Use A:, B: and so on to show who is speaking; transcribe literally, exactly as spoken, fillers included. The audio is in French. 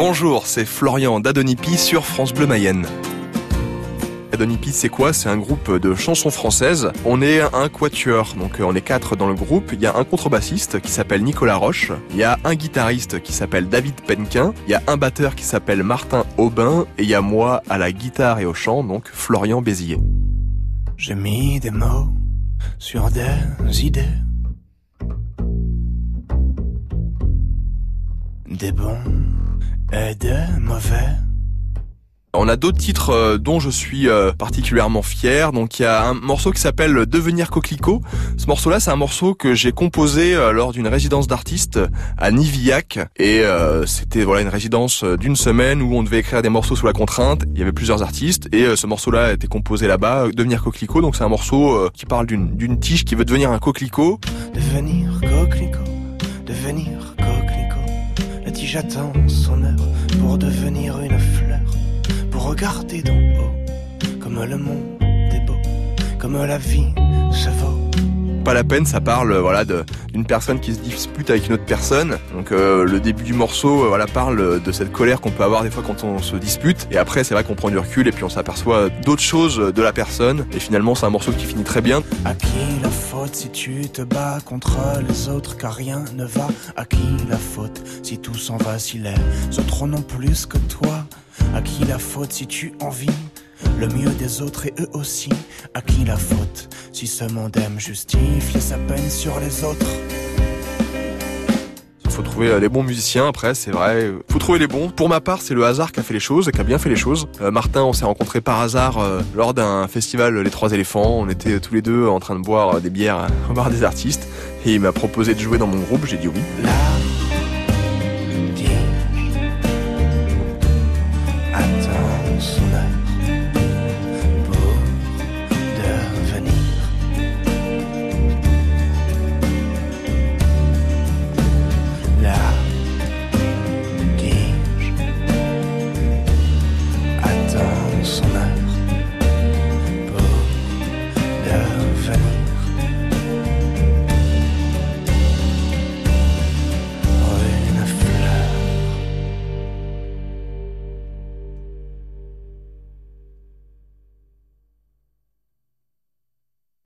A: Bonjour, c'est Florian d'Adonipi sur France Bleu Mayenne. Adonipi, c'est quoi? C'est un groupe de chansons françaises. On est un quatuor, donc on est quatre dans le groupe. Il y a un contrebassiste qui s'appelle Nicolas Roche. Il y a un guitariste qui s'appelle David Penquin. Il y a un batteur qui s'appelle Martin Aubin. Et il y a moi à la guitare et au chant, donc Florian Bézier.
B: J'ai mis des mots sur des idées, des bons et des mauvais.
A: On a d'autres titres euh, dont je suis euh, particulièrement fier. Donc il y a un morceau qui s'appelle Devenir Coquelicot. Ce morceau-là, c'est un morceau que j'ai composé euh, lors d'une résidence d'artistes à Nivillac. Et euh, c'était voilà une résidence d'une semaine où on devait écrire des morceaux sous la contrainte. Il y avait plusieurs artistes et euh, ce morceau-là a été composé là-bas, Devenir Coquelicot. Donc c'est un morceau euh, qui parle d'une d'une tige qui veut devenir un coquelicot.
B: Devenir coquelicot, devenir coquelicot. La tige attend son heure pour devenir une fleur. Pour regarder d'en haut, comme le monde est beau, comme la vie se vaut.
A: Pas la peine, ça parle voilà de d'une personne qui se dispute avec une autre personne. Donc euh, le début du morceau euh, voilà parle de cette colère qu'on peut avoir des fois quand on se dispute. Et après c'est vrai qu'on prend du recul et puis on s'aperçoit d'autres choses de la personne. Et finalement c'est un morceau qui finit très bien.
B: À qui la faute si tu te bats contre les autres car rien ne va? À qui la faute si tout s'en va, si les autres n'ont plus que toi? À qui la faute si tu envies le mieux des autres et eux aussi? À qui la faute si ce monde aime justifier sa peine sur les autres?
A: Il faut trouver les bons musiciens après, c'est vrai. Faut trouver les bons. Pour ma part, c'est le hasard qui a fait les choses et qui a bien fait les choses. Euh, Martin, on s'est rencontrés par hasard euh, lors d'un festival Les Trois Éléphants. On était tous les deux en train de boire des bières au bar des artistes et il m'a proposé de jouer dans mon groupe. J'ai dit oui.
B: Là.